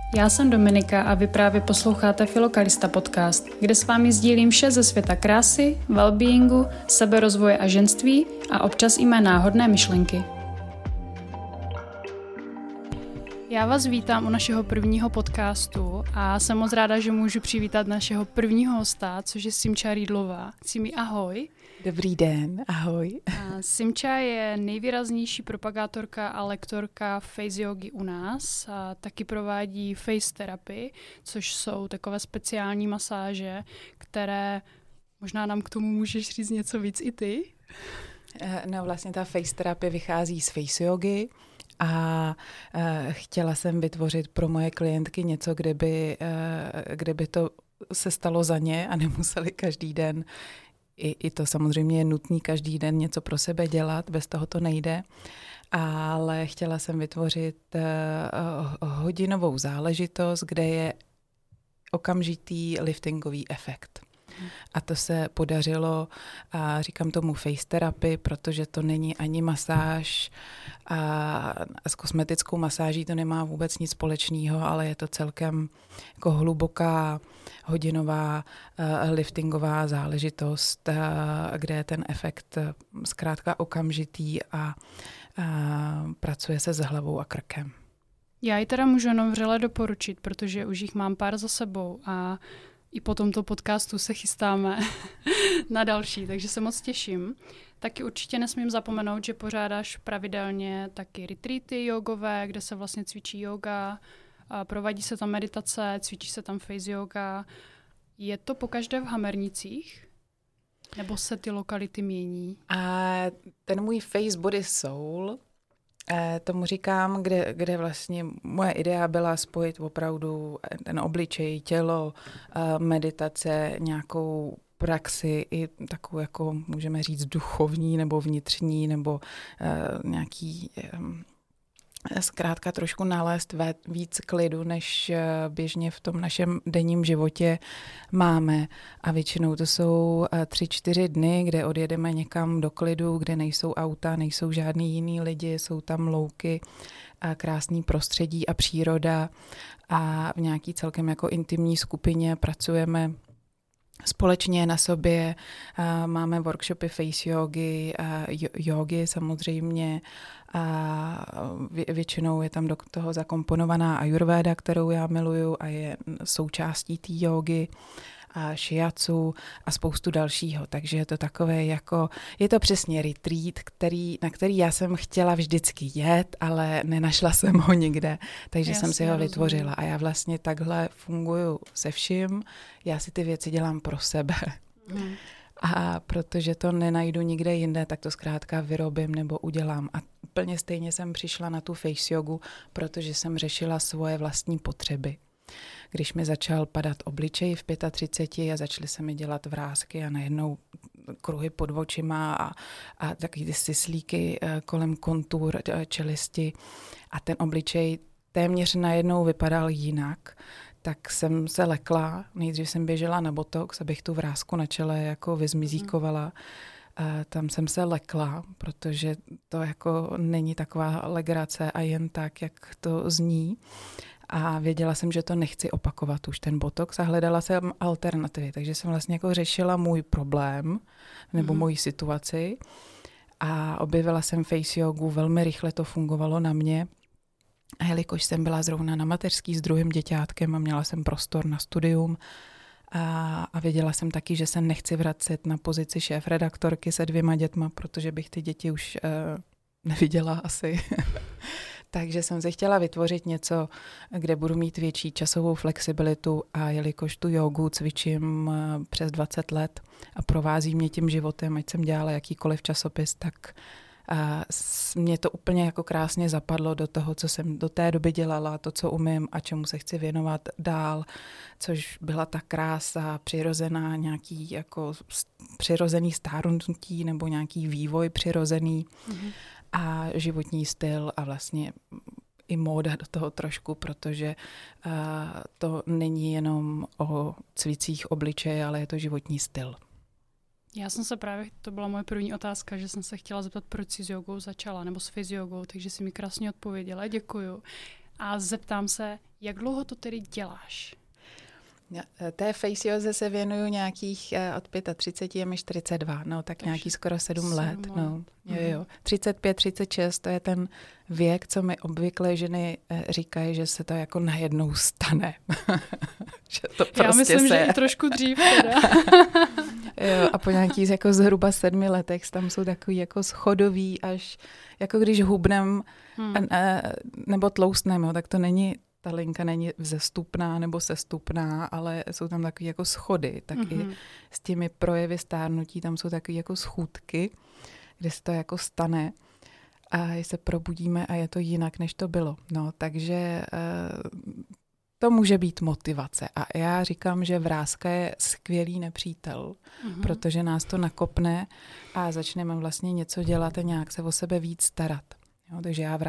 Já jsem Dominika a vy právě posloucháte Filokalista podcast, kde s vámi sdílím vše ze světa krásy, wellbeingu, seberozvoje a ženství a občas i mé náhodné myšlenky. Já vás vítám u našeho prvního podcastu a jsem moc ráda, že můžu přivítat našeho prvního hosta, což je Simča Rýdlová. Simi, ahoj. Dobrý den, ahoj. Simča je nejvýraznější propagátorka a lektorka face jogy u nás. A taky provádí face terapii, což jsou takové speciální masáže, které možná nám k tomu můžeš říct něco víc i ty. No vlastně ta face terapie vychází z face jogy a chtěla jsem vytvořit pro moje klientky něco, kde by to se stalo za ně a nemuseli každý den. I to samozřejmě je nutný každý den něco pro sebe dělat, bez toho to nejde, ale chtěla jsem vytvořit hodinovou záležitost, kde je okamžitý liftingový efekt. A to se podařilo, a říkám tomu face terapii, protože to není ani masáž a s kosmetickou masáží to nemá vůbec nic společného, ale je to celkem jako hluboká hodinová liftingová záležitost, kde je ten efekt zkrátka okamžitý a pracuje se s hlavou a krkem. Já ji teda můžu jenom vřele doporučit, protože už jich mám pár za sebou a i po tomto podcastu se chystáme na další, takže se moc těším. Taky určitě nesmím zapomenout, že pořádáš pravidelně taky retreaty jogové, kde se vlastně cvičí yoga, provádí se tam meditace, cvičí se tam face yoga. Je to pokaždé v Hamernicích? Nebo se ty lokality mění? A ten můj Face Body Soul, tomu říkám, kde vlastně moje idea byla spojit opravdu ten obličej, tělo, meditace, nějakou praxi i takovou, jako můžeme říct, duchovní nebo vnitřní, nebo nějaký zkrátka trošku nalézt víc klidu, než běžně v tom našem denním životě máme. A většinou to jsou 3-4 dny, kde odjedeme někam do klidu, kde nejsou auta, nejsou žádný jiný lidi, jsou tam louky, krásný prostředí a příroda. A v nějaký celkem jako intimní skupině pracujeme společně na sobě, máme workshopy face jogy, jogy samozřejmě, a většinou je tam do toho zakomponovaná ayurvéda, kterou já miluju a je součástí té jogy, a shiatsu a spoustu dalšího. Takže je to takové jako, je to přesně retreat, na který já jsem chtěla vždycky jet, ale nenašla jsem ho nikde, takže jsem si ho vytvořila. A já vlastně takhle funguju se vším, já si ty věci dělám pro sebe. A protože to nenajdu nikde jinde, tak to zkrátka vyrobím nebo udělám. A úplně stejně jsem přišla na tu face jogu, protože jsem řešila svoje vlastní potřeby. Když mi začal padat obličej v 35 a začaly se mi dělat vrásky a najednou kruhy pod očima a taky ty syslíky kolem kontur čelisti a ten obličej téměř najednou vypadal jinak, tak jsem se lekla. Nejdřív jsem běžela na botox, abych tu vrásku na čele jako vyzmizíkovala. Tam jsem se lekla, protože to jako není taková legrace a jen tak, jak to zní. A věděla jsem, že to nechci opakovat už ten botox a hledala jsem alternativy. Takže jsem vlastně jako řešila můj problém nebo moji situaci a objevila jsem face jogu, velmi rychle to fungovalo na mě. A jelikož jsem byla zrovna na mateřský s druhým děťátkem a měla jsem prostor na studium a věděla jsem taky, že se nechci vracet na pozici šéfredaktorky se 2 dětma, protože bych ty děti už neviděla asi. Takže jsem si chtěla vytvořit něco, kde budu mít větší časovou flexibilitu a jelikož tu jogu cvičím přes 20 let a provází mě tím životem, ať jsem dělala jakýkoliv časopis, tak mě to úplně jako krásně zapadlo do toho, co jsem do té doby dělala, to, co umím a čemu se chci věnovat dál, což byla ta krása přirozená, nějaký jako přirozený stárnutí nebo nějaký vývoj přirozený. A životní styl a vlastně i móda do toho trošku, protože to není jenom o cvicích obličeje, ale je to životní styl. Já jsem se právě, to byla moje první otázka, že jsem se chtěla zeptat, proč si s jogou začala, nebo s face jogou, takže si mi krásně odpověděla, děkuju. a zeptám se, jak dlouho to tedy děláš? Té face józe se věnuju nějakých od 35 je mi 42, no tak nějaký skoro 7 let. No. Jo. 35, 36, to je ten věk, co mi obvykle ženy říkají, že se to jako najednou stane. Že to prostě já myslím, že i trošku dřív teda. Jo, a po nějakých jako zhruba 7 letech tam jsou takový jako schodový, až jako když hubnem nebo tloustnem, tak to není, ta linka není vzestupná nebo sestupná, ale jsou tam takový jako schody, tak i s těmi projevy stárnutí tam jsou takový jako schůdky, kde se to jako stane a se probudíme a je to jinak, než to bylo. No, takže to může být motivace. A já říkám, že vrázka je skvělý nepřítel, protože nás to nakopne a začneme vlastně něco dělat a nějak se o sebe víc starat. Jo, takže já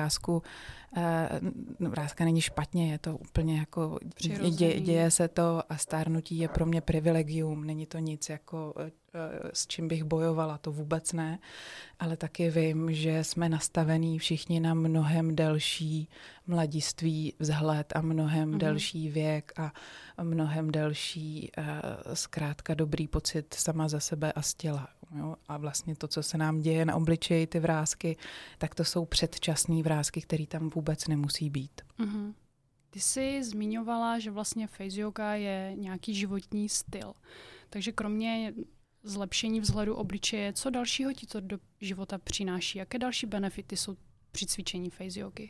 vrázka není špatně, je to úplně jako, děje se to a stárnutí je pro mě privilegium, není to nic jako s čím bych bojovala, to vůbec ne, ale taky vím, že jsme nastavení všichni na mnohem delší mladiství vzhled a mnohem delší věk a mnohem delší zkrátka dobrý pocit sama za sebe a z těla. Jo? A vlastně to, co se nám děje na obličeji, ty vrásky, tak to jsou předčasné vrásky, které tam vůbec nemusí být. Ty jsi zmiňovala, že vlastně face yoga je nějaký životní styl. Takže kromě zlepšení vzhledu obličeje, co dalšího ti to do života přináší? Jaké další benefity jsou při cvičení face yogy?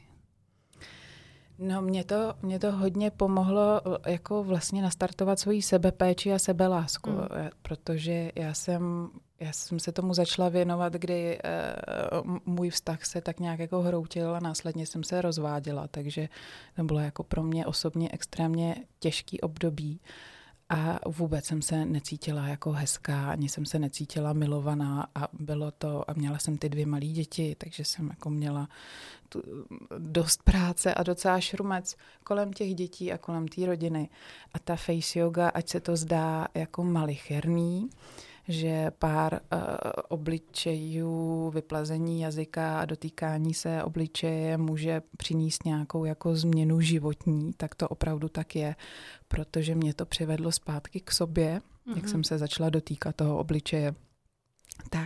No, mě to hodně pomohlo jako vlastně nastartovat svoji sebepéči a sebelásku, protože já jsem se tomu začala věnovat, kdy můj vztah se tak nějak jako hroutil a následně jsem se rozváděla, takže to bylo jako pro mě osobně extrémně těžký období. A vůbec jsem se necítila jako hezká, ani jsem se necítila milovaná a bylo to, a měla jsem ty 2 malé děti, takže jsem jako měla dost práce a docela šrumec kolem těch dětí a kolem té rodiny. A ta face yoga, ať se to zdá jako malicherný, že pár obličejů, vyplazení jazyka a dotýkání se obličeje může přinést nějakou jako změnu životní, tak to opravdu tak je, protože mě to přivedlo zpátky k sobě, jak jsem se začala dotýkat toho obličeje. Tak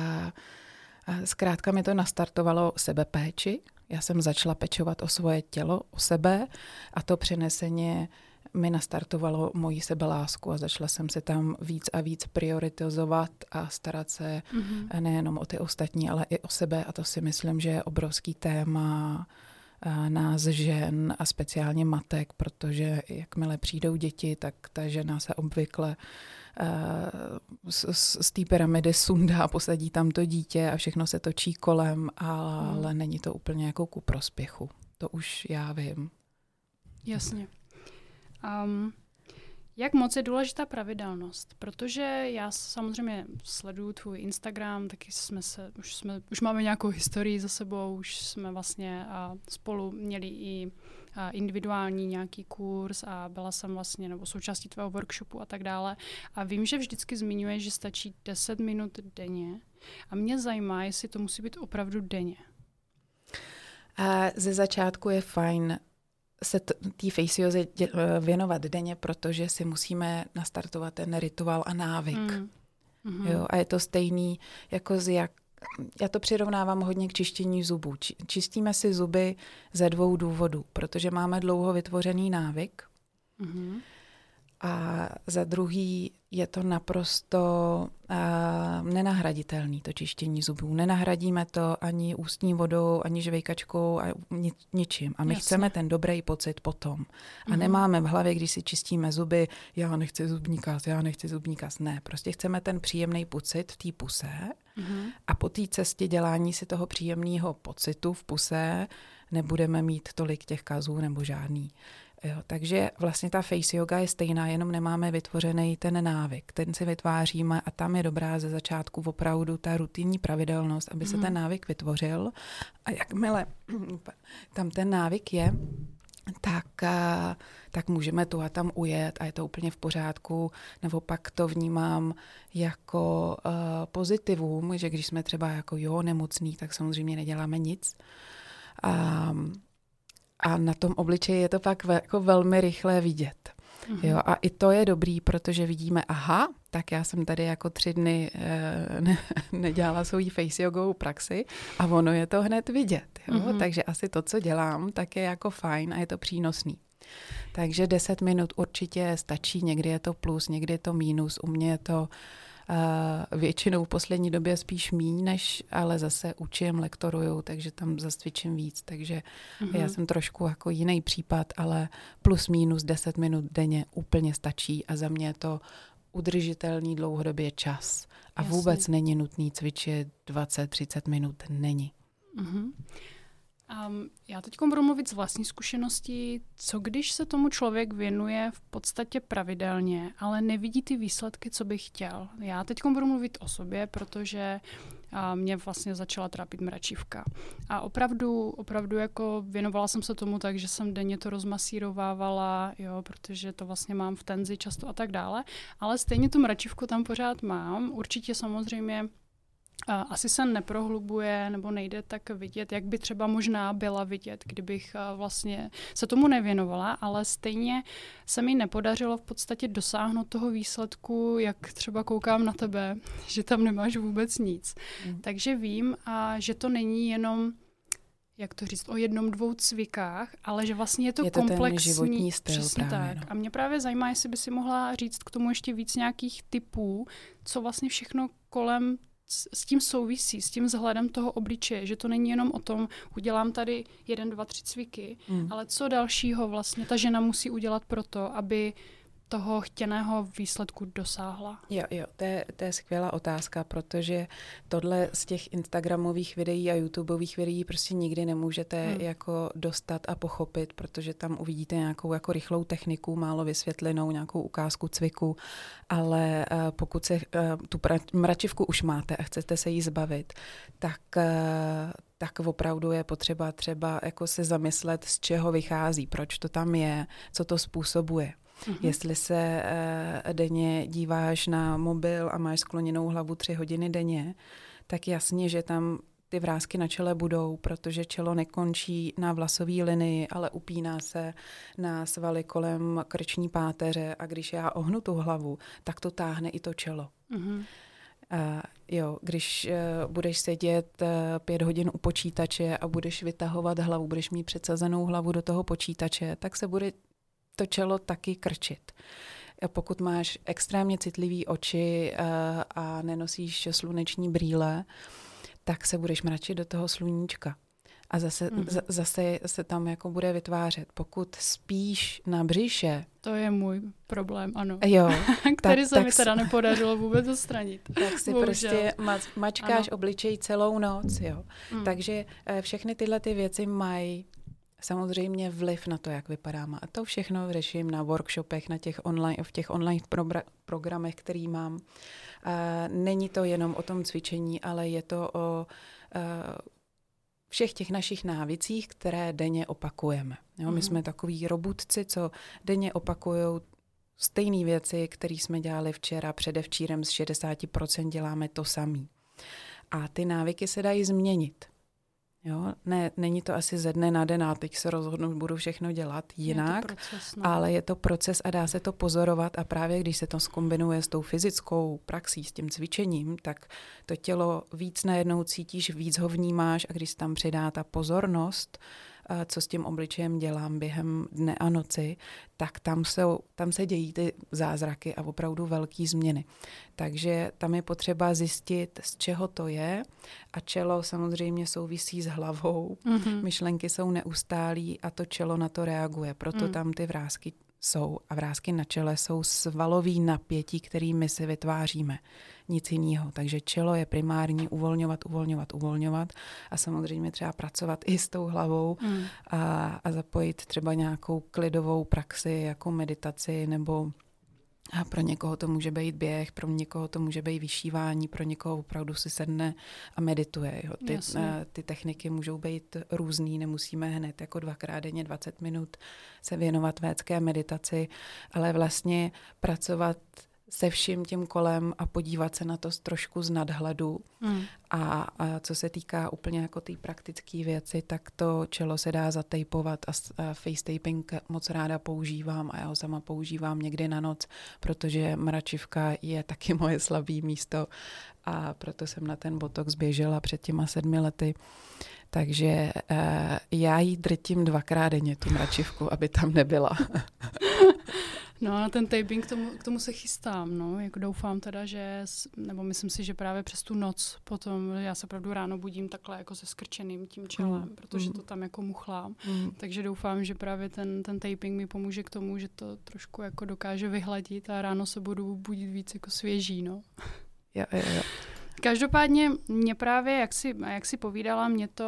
zkrátka mi to nastartovalo sebepéči. Já jsem začala pečovat o svoje tělo, o sebe a to přeneseně mi nastartovalo moji sebelásku a začala jsem se tam víc a víc prioritizovat a starat se nejenom o ty ostatní, ale i o sebe a to si myslím, že je obrovský téma nás žen a speciálně matek, protože jakmile přijdou děti, tak ta žena se obvykle z té pyramidy sundá, posadí tam to dítě a všechno se točí kolem, ale není to úplně jako ku prospěchu. To už já vím. Jasně. Jak moc je důležitá pravidelnost? Protože já samozřejmě sleduju tvůj Instagram, taky už máme nějakou historii za sebou, už jsme vlastně spolu měli i individuální nějaký kurz a byla jsem vlastně, nebo součástí tvého workshopu a tak dále. A vím, že vždycky zmiňuješ, že stačí 10 minut denně. A mě zajímá, jestli to musí být opravdu denně. Ze začátku je fajn se té face józe věnovat denně, protože si musíme nastartovat ten rituál a návyk. Jo, a je to stejný, jako já to přirovnávám hodně k čištění zubů. Čistíme si zuby ze 2 důvodů, protože máme dlouho vytvořený návyk a za druhý je to naprosto nenahraditelný, to čištění zubů. Nenahradíme to ani ústní vodou, ani žvejkačkou a ničím. A my chceme ten dobrý pocit potom. A nemáme v hlavě, když si čistíme zuby, já nechci zubní kaz. Ne, prostě chceme ten příjemný pocit v té puse a po té cestě dělání si toho příjemného pocitu v puse nebudeme mít tolik těch kazů nebo žádný. Jo, takže vlastně ta face yoga je stejná, jenom nemáme vytvořený ten návyk. Ten si vytváříme a tam je dobrá ze začátku opravdu ta rutinní pravidelnost, aby se ten návyk vytvořil. A jakmile tam ten návyk je, tak můžeme tu a tam ujet a je to úplně v pořádku. Nebo pak to vnímám jako pozitivum, že když jsme třeba jako nemocný, tak samozřejmě neděláme nic. A na tom obličeji je to pak jako velmi rychle vidět. Jo, a i to je dobrý, protože vidíme, aha, tak já jsem tady jako 3 dny nedělala svou face jogovou praxi a ono je to hned vidět. Jo? Takže asi to, co dělám, tak je jako fajn a je to přínosný. Takže 10 minut určitě stačí, někdy je to plus, někdy je to mínus, u mě je to většinou v poslední době spíš míň, ale zase učím, lektoruju, takže tam zase cvičím víc, takže já jsem trošku jako jiný případ, ale plus minus 10 minut denně úplně stačí a za mě je to udržitelný dlouhodobě čas a vůbec není nutný cvičit 20-30 minut, není. Já teď budu mluvit z vlastní zkušeností. Co když se tomu člověk věnuje v podstatě pravidelně, ale nevidí ty výsledky, co by chtěl? Já teď budu mluvit o sobě, protože mě vlastně začala trápit mračívka. A opravdu jako věnovala jsem se tomu tak, že jsem denně to rozmasírovávala, jo, protože to vlastně mám v tenzi často a tak dále. Ale stejně tu mračívku tam pořád mám. Určitě samozřejmě asi se neprohlubuje nebo nejde tak vidět, jak by třeba možná byla vidět, kdybych vlastně se tomu nevěnovala, ale stejně se mi nepodařilo v podstatě dosáhnout toho výsledku, jak třeba koukám na tebe, že tam nemáš vůbec nic. Takže vím, že to není jenom, jak to říct, o 1-2 cvikách, ale že vlastně je to komplexní. Ten životní styl přesně právě, tak. A mě právě zajímá, jestli by si mohla říct k tomu ještě víc nějakých typů, co vlastně všechno kolem s tím souvisí, s tím vzhledem toho obličeje, že to není jenom o tom, udělám tady 1, 2, 3 cviky, ale co dalšího vlastně ta žena musí udělat pro to, aby toho chtěného výsledku dosáhla? Jo, to je skvělá otázka, protože tohle z těch instagramových videí a YouTubeových videí prostě nikdy nemůžete jako dostat a pochopit, protože tam uvidíte nějakou jako rychlou techniku, málo vysvětlenou, nějakou ukázku cviku, ale pokud se tu mračivku už máte a chcete se jí zbavit, tak opravdu je potřeba třeba jako se zamyslet, z čeho vychází, proč to tam je, co to způsobuje. Jestli se denně díváš na mobil a máš skloněnou hlavu 3 hodiny denně, tak jasně, že tam ty vrásky na čele budou, protože čelo nekončí na vlasové linii, ale upíná se na svaly kolem krční páteře a když já ohnu tu hlavu, tak to táhne i to čelo. Když budeš sedět 5 hodin u počítače a budeš vytahovat hlavu, budeš mít předsazenou hlavu do toho počítače, tak se bude to čelo taky krčit. Pokud máš extrémně citlivý oči a nenosíš sluneční brýle, tak se budeš mračit do toho sluníčka. A zase se tam jako bude vytvářet. Pokud spíš na břiše... To je můj problém, ano. Jo. Který se mi teda nepodařilo vůbec odstranit. Tak si prostě mačkáš obličej celou noc. Jo. Takže všechny tyhle ty věci mají samozřejmě vliv na to, jak vypadáme. A to všechno řeším na workshopech, v těch online programech, který mám. Není to jenom o tom cvičení, ale je to o všech těch našich návicích, které denně opakujeme. Jo, my jsme takový robotci, co denně opakujou stejné věci, které jsme dělali včera, předevčírem z 60% děláme to samý. A ty návyky se dají změnit. Jo, není to asi ze dne na den a teď se rozhodnu, budu všechno dělat jinak, ale je to proces a dá se to pozorovat a právě když se to zkombinuje s tou fyzickou praxí, s tím cvičením, tak to tělo víc najednou cítíš, víc ho vnímáš a když se tam přidá ta pozornost, co s tím obličejem dělám během dne a noci, tak tam se dějí ty zázraky a opravdu velký změny. Takže tam je potřeba zjistit, z čeho to je a čelo samozřejmě souvisí s hlavou. Myšlenky jsou neustálý a to čelo na to reaguje. Proto tam ty vrásky jsou a vrásky na čele jsou svalový napětí, který my si vytváříme. Nic jiného. Takže čelo je primární uvolňovat a samozřejmě třeba pracovat i s tou hlavou a zapojit třeba nějakou klidovou praxi jako meditaci nebo a pro někoho to může být běh, pro někoho to může být vyšívání, pro někoho opravdu si sedne a medituje. Jo. Ty techniky můžou být různý, nemusíme hned jako 2x denně 20 minut se věnovat védské meditaci, ale vlastně pracovat se vším tím kolem a podívat se na to trošku z nadhledu. A co se týká úplně jako té praktické věci, tak to čelo se dá zatejpovat a face taping moc ráda používám a já ho sama používám někdy na noc, protože mračivka je taky moje slabé místo a proto jsem na ten botox běžela před těma 7 lety. Takže já jí drtím 2krát denně tu mračivku, aby tam nebyla. No a na ten taping k tomu se chystám, no. Jako doufám teda, nebo myslím si, že právě přes tu noc potom, já se opravdu ráno budím takhle jako se skrčeným tím čelem, protože to tam jako muchlám. Takže doufám, že právě ten taping mi pomůže k tomu, že to trošku jako dokáže vyhladit a ráno se budu budit víc jako svěží, no. Jo. Každopádně mě právě, jak si povídala,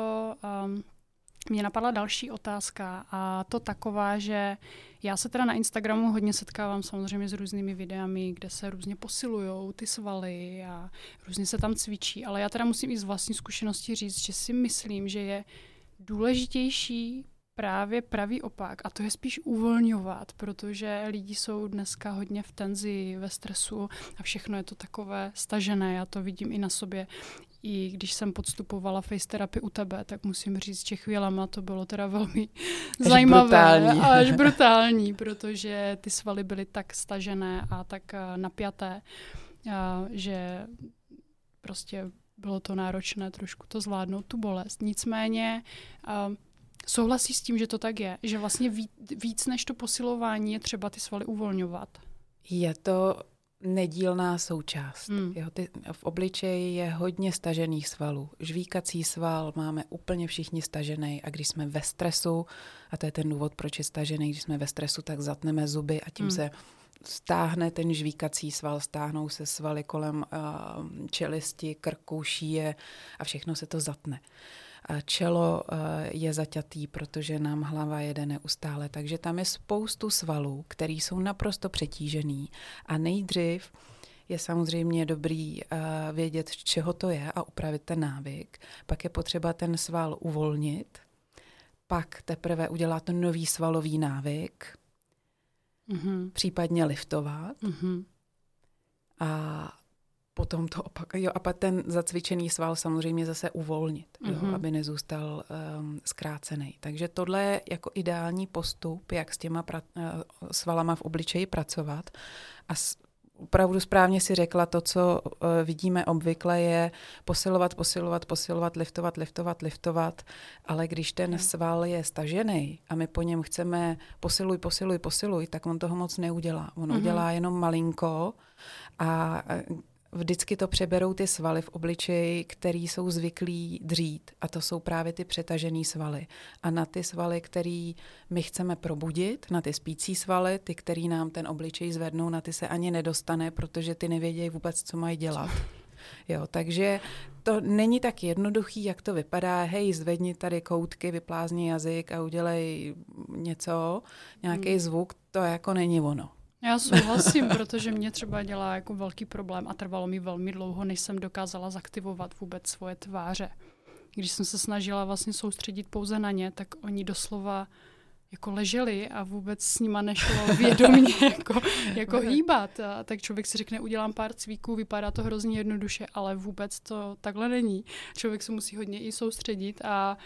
mě napadla další otázka a to taková, že já se teda na Instagramu hodně setkávám samozřejmě s různými videami, kde se různě posilujou ty svaly a různě se tam cvičí, ale já teda musím i z vlastní zkušenosti říct, že si myslím, že je důležitější právě pravý opak a to je spíš uvolňovat, protože lidi jsou dneska hodně v tenzi, ve stresu a všechno je to takové stažené, já to vidím i na sobě. I když jsem podstupovala face terapii u tebe, tak musím říct, že chvílema to bylo teda velmi zajímavé a až brutální, protože ty svaly byly tak stažené a tak napjaté, že prostě bylo to náročné trošku to zvládnout, tu bolest. Nicméně souhlasí s tím, že to tak je, že vlastně víc než to posilování je třeba ty svaly uvolňovat. Je to nedílná součást. Jo, v obličeji je hodně stažených svalů. Žvíkací sval máme úplně všichni stažený a když jsme ve stresu, a to je ten důvod, proč je stažený, když jsme ve stresu, tak zatneme zuby a tím se stáhne ten žvíkací sval, stáhnou se svaly kolem čelisti, krku, šíje a všechno se to zatne. Čelo je zaťatý, protože nám hlava jede neustále, takže tam je spoustu svalů, které jsou naprosto přetížený a nejdřív je samozřejmě dobrý vědět, z čeho to je a upravit ten návyk. Pak je potřeba ten sval uvolnit, pak teprve udělat nový svalový návyk, případně liftovat a potom to a pak ten zacvičený sval samozřejmě zase uvolnit, aby nezůstal zkrácený. Takže tohle je jako ideální postup, jak s těma svalama v obličeji pracovat. A opravdu správně si řekla, to, co vidíme obvykle, je posilovat, liftovat, ale když ten sval je stažený a my po něm chceme posiluj, tak on toho moc neudělá. On udělá jenom malinko a vždycky to přeberou ty svaly v obličeji, který jsou zvyklí dřít. A to jsou právě ty přetažený svaly. A na ty svaly, který my chceme probudit, na ty spící svaly, ty, který nám ten obličej zvednou, na ty se ani nedostane, protože ty nevědějí vůbec, co mají dělat. Jo, takže to není tak jednoduchý, jak to vypadá. Hej, zvedni tady koutky, vyplázni jazyk a udělej něco, nějaký zvuk, to jako není ono. Já souhlasím, protože mě třeba dělá jako velký problém a trvalo mi velmi dlouho, než jsem dokázala zaktivovat vůbec svoje tváře. Když jsem se snažila vlastně soustředit pouze na ně, tak oni doslova jako leželi a vůbec s nima nešlo vědomě jako hýbat. A tak člověk si řekne, udělám pár cvíků, vypadá to hrozně jednoduše, ale vůbec to takhle není. Člověk se musí hodně i soustředit a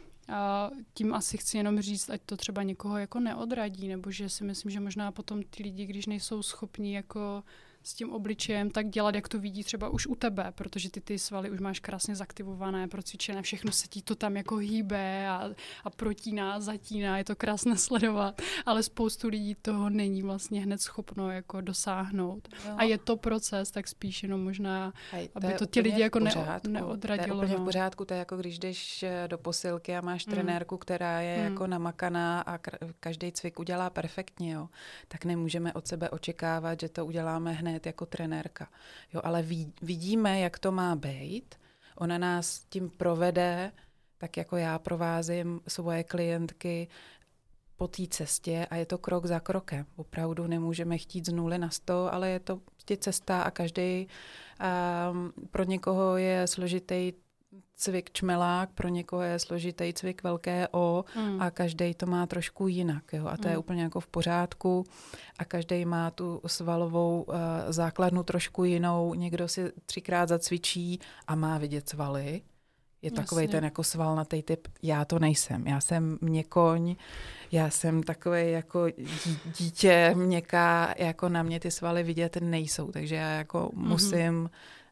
tím asi chci jenom říct, ať to třeba někoho jako neodradí, nebo že si myslím, že možná potom ty lidi, když nejsou schopní jako s tím obličejem tak dělat, jak to vidí třeba už u tebe, protože ty svaly už máš krásně zaktivované, procvičené, všechno se ti to tam jako hýbe a protíná, zatíná, je to krásné sledovat, ale spoustu lidí toho není vlastně hned schopno jako dosáhnout. Jo. A je to proces, tak spíš jenom možná, aby to ti lidi jako neodradilo. To je úplně v pořádku, to je jako když jdeš do posilky a máš trenérku, která je jako namakaná a každý cvik udělá perfektně, jo. Tak nemůžeme od sebe očekávat, že to uděláme hned jako trenérka. Jo, ale vidíme, jak to má být. Ona nás tím provede, tak jako já provázím svoje klientky po té cestě a je to krok za krokem. Opravdu nemůžeme chtít z 0 na 100, ale je to cesta a každý pro někoho je složitý cvik čmelák, pro někoho je složitý cvik velké O a každý to má trošku jinak. Jo? A to je úplně jako v pořádku a každý má tu svalovou základnu trošku jinou. Někdo si 3krát zacvičí a má vidět svaly. Je takovej ten jako svalnatý typ. Já to nejsem. Já jsem měkoň, já jsem takovej jako dítě měkká, jako na mě ty svaly vidět nejsou. Takže já jako musím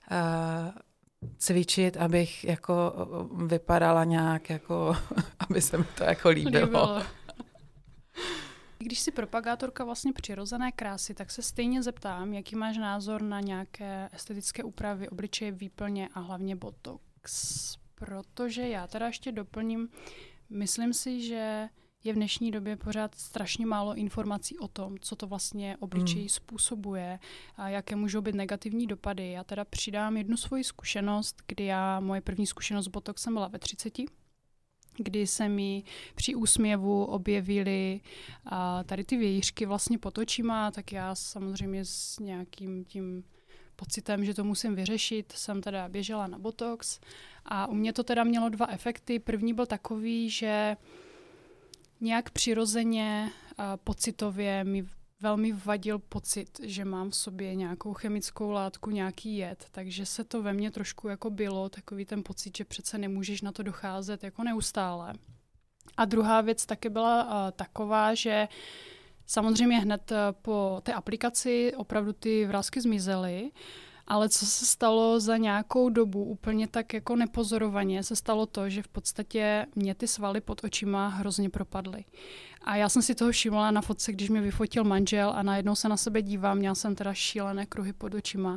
cvičit, abych jako vypadala nějak jako, aby se mi to jako líbilo. Když jsi propagátorka vlastně přirozené krásy, tak se stejně zeptám, jaký máš názor na nějaké estetické úpravy obličeje, výplně a hlavně botox. Protože já teda ještě doplním, myslím si, že je v dnešní době pořád strašně málo informací o tom, co to vlastně obličej způsobuje a jaké můžou být negativní dopady. Já teda přidám jednu svoji zkušenost, kdy moje první zkušenost s botoxem byla ve 30, kdy se mi při úsměvu objevily tady ty vějířky vlastně pod očima, tak já samozřejmě s nějakým tím pocitem, že to musím vyřešit, jsem teda běžela na botox a u mě to teda mělo 2 efekty. První byl takový, že nějak přirozeně pocitově mi velmi vadil pocit, že mám v sobě nějakou chemickou látku, nějaký jed, takže se to ve mně trošku jako bylo, takový ten pocit, že přece nemůžeš na to docházet jako neustále. A druhá věc taky byla taková, že samozřejmě hned po té aplikaci opravdu ty vrásky zmizely, ale co se stalo za nějakou dobu, úplně tak jako nepozorovaně, se stalo to, že v podstatě mě ty svaly pod očima hrozně propadly. A já jsem si toho všimla na fotce, když mě vyfotil manžel a najednou se na sebe dívám, měla jsem teda šílené kruhy pod očima.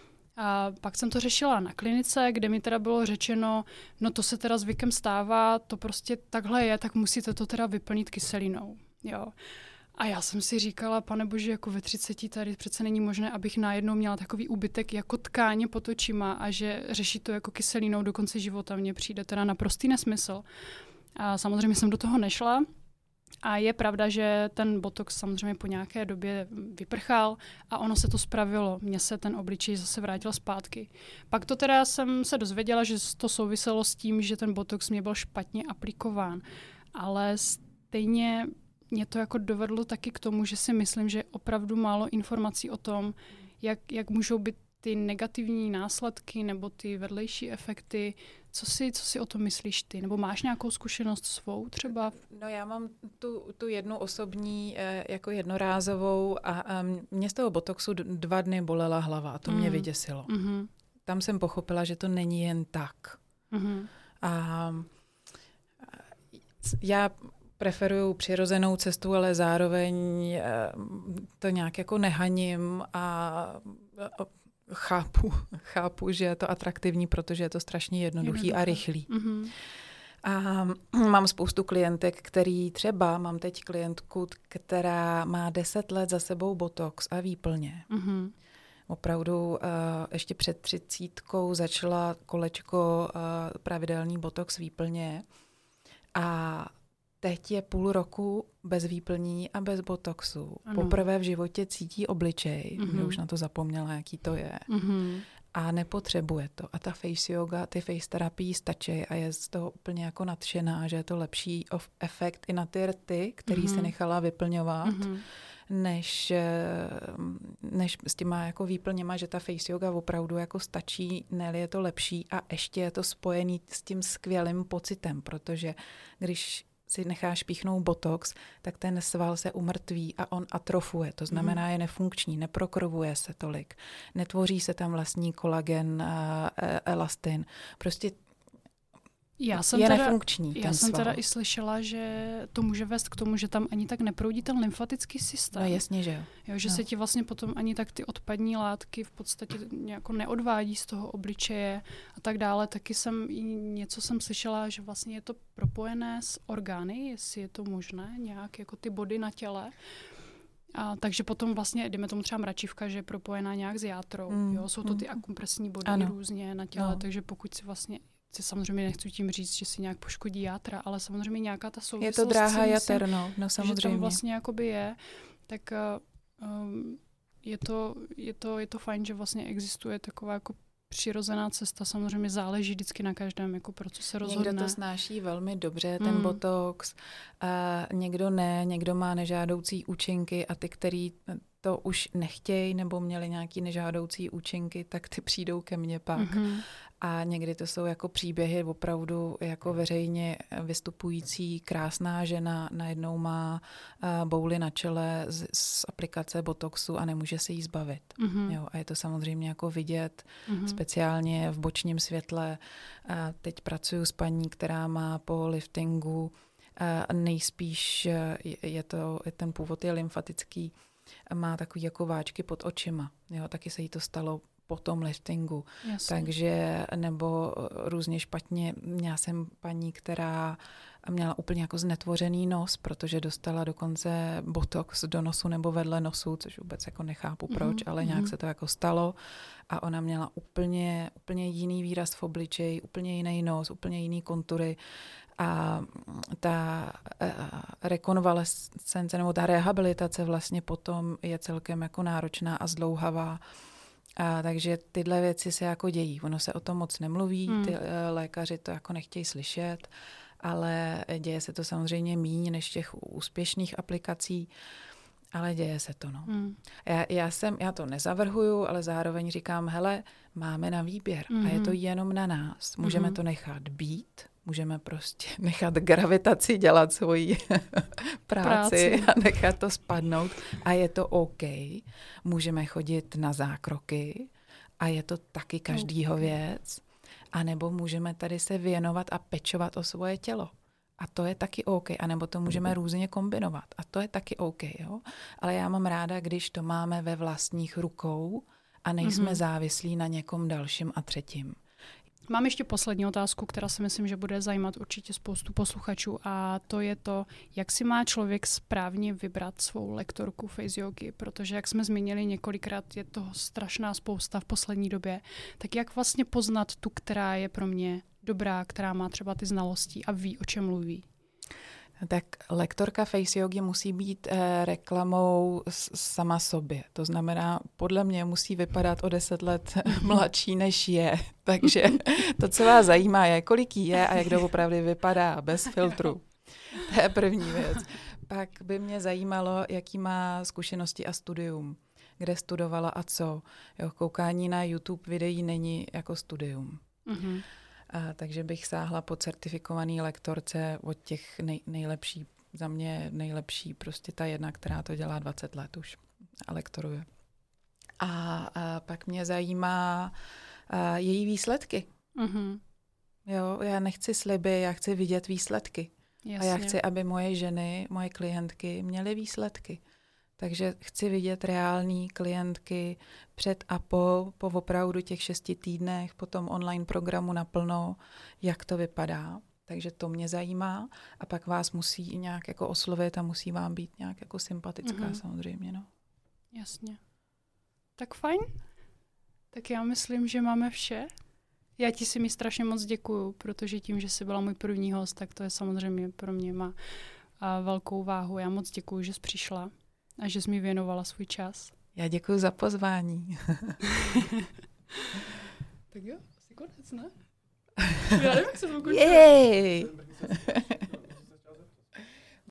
A pak jsem to řešila na klinice, kde mi teda bylo řečeno, no to se teda zvykem stává, to prostě takhle je, tak musíte to teda vyplnit kyselinou. Jo. A já jsem si říkala, pane bože, jako ve 30 tady přece není možné, abych najednou měla takový úbytek jako tkáně pod očima a že řešit to jako kyselinou do konce života mně přijde teda naprostý nesmysl. A samozřejmě jsem do toho nešla. A je pravda, že ten botox samozřejmě po nějaké době vyprchal a ono se to spravilo. Mně se ten obličej zase vrátil zpátky. Pak to teda jsem se dozvěděla, že to souviselo s tím, že ten botox mě byl špatně aplikován. Ale stejně mě to jako dovedlo taky k tomu, že si myslím, že je opravdu málo informací o tom, jak můžou být ty negativní následky nebo ty vedlejší efekty. Co si o tom myslíš ty? Nebo máš nějakou zkušenost svou třeba? No já mám tu jednu osobní jako jednorázovou a mě z toho botoxu 2 dny bolela hlava a to mě vyděsilo. Tam jsem pochopila, že to není jen tak. A já preferuju přirozenou cestu, ale zároveň to nějak jako nehaním a chápu, že je to atraktivní, protože je to strašně jednoduchý a rychlý. A mám spoustu klientek, mám teď klientku, která má 10 let za sebou botox a výplně. Opravdu ještě před 30 začala kolečko pravidelný botox výplně a teď je 0,5 roku bez výplní a bez botoxu. Ano. Poprvé v životě cítí obličej, že už na to zapomněla, jaký to je. A nepotřebuje to. A ta face yoga, ty face terapii stačí a je z toho úplně jako nadšená, že je to lepší efekt i na ty rty, který se nechala vyplňovat, než s těma jako výplněma, že ta face yoga opravdu jako stačí, ne, je to lepší a ještě je to spojený s tím skvělým pocitem, protože když si necháš píchnout botox, tak ten sval se umrtví a on atrofuje. To znamená, je nefunkční, neprokrvuje se tolik, netvoří se tam vlastní kolagen, elastin. Prostě je nefunkční ten Já jsem sval. teda i slyšela, že to může vést k tomu, že tam ani tak neproudí ten lymfatický systém. No jasně, že jo. Že se ti vlastně potom ani tak ty odpadní látky v podstatě nějako neodvádí z toho obličeje a tak dále. Taky něco jsem slyšela, že vlastně je to propojené s orgány, jestli je to možné, nějak jako ty body na těle. A takže potom vlastně, jdeme tomu třeba mračivka, že je propojená nějak s játrou. Jsou to ty akumpresní body různě na těle, takže pokud si vlastně samozřejmě nechci tím říct, že si nějak poškodí játra, ale samozřejmě nějaká ta souvislost. Je to dráha jater, no samozřejmě. Že tam vlastně jakoby je, tak je to fajn, že vlastně existuje taková jako přirozená cesta, samozřejmě záleží vždycky na každém, jako pro co se rozhodne. Někdo to snáší velmi dobře, ten botox, a někdo ne, někdo má nežádoucí účinky a ty, který to už nechtějí nebo měli nějaký nežádoucí účinky, tak ty přijdou ke mně pak. A někdy to jsou jako příběhy opravdu jako veřejně vystupující krásná žena, najednou má bouly na čele z aplikace botoxu a nemůže se jí zbavit. Jo, a je to samozřejmě jako vidět, speciálně v bočním světle. A teď pracuji s paní, která má po liftingu, nejspíš ten původ je lymfatický, má takový jako váčky pod očima. Jo, taky se jí to stalo po tom liftingu. Jasně. Takže, nebo různě špatně, měla jsem paní, která měla úplně jako znetvořený nos, protože dostala dokonce botox do nosu nebo vedle nosu, což vůbec jako nechápu proč, ale nějak se to jako stalo a ona měla úplně jiný výraz v obličeji, úplně jiný nos, úplně jiný kontury a ta rekonvalescence nebo ta rehabilitace vlastně potom je celkem jako náročná a zdlouhavá. Takže tyhle věci se jako dějí. Ono se o tom moc nemluví, ty lékaři to jako nechtějí slyšet, ale děje se to samozřejmě míň než těch úspěšných aplikací, ale děje se to. No. Já to nezavrhuju, ale zároveň říkám, hele, máme na výběr a je to jenom na nás. Můžeme to nechat být, můžeme prostě nechat gravitaci dělat svoji práci a nechat to spadnout a je to OK. Můžeme chodit na zákroky a je to taky každýho věc. A nebo můžeme tady se věnovat a pečovat o svoje tělo. A to je taky OK. A nebo to můžeme různě kombinovat. A to je taky OK. Jo? Ale já mám ráda, když to máme ve vlastních rukou a nejsme závislí na někom dalším a třetím. Mám ještě poslední otázku, která si myslím, že bude zajímat určitě spoustu posluchačů a to je to, jak si má člověk správně vybrat svou lektorku face yogi, protože jak jsme zmínili několikrát, je toho strašná spousta v poslední době. Tak jak vlastně poznat tu, která je pro mě dobrá, která má třeba ty znalosti a ví, o čem mluví? Tak lektorka face yogi musí být reklamou sama sobě. To znamená, podle mě musí vypadat o 10 let mladší, než je. Takže to, co vás zajímá, je, kolik jí je a jak doopravdy vypadá bez filtru. To je první věc. Pak by mě zajímalo, jaký má zkušenosti a studium. Kde studovala a co. Jo, koukání na YouTube videí není jako studium. Takže bych sáhla po certifikovaný lektorce od těch nejlepší, za mě nejlepší, prostě ta jedna, která to dělá 20 let už a lektoruje. A pak mě zajímá její výsledky. Jo, já nechci sliby, já chci vidět výsledky. Jasně. A já chci, aby moje ženy, moje klientky měly výsledky. Takže chci vidět reální klientky před a po opravdu těch 6 týdnech, po tom online programu naplno, jak to vypadá. Takže to mě zajímá a pak vás musí nějak jako oslovit a musí vám být nějak jako sympatická samozřejmě. No. Jasně. Tak fajn. Tak já myslím, že máme vše. Já ti si mi strašně moc děkuju, protože tím, že jsi byla můj první host, tak to je samozřejmě pro mě má velkou váhu. Já moc děkuju, že jsi přišla a že jsi mi věnovala svůj čas. Já děkuji za pozvání. Tak jo, asi konec, ne? Já nevím, jak se to ukončilo. Jej!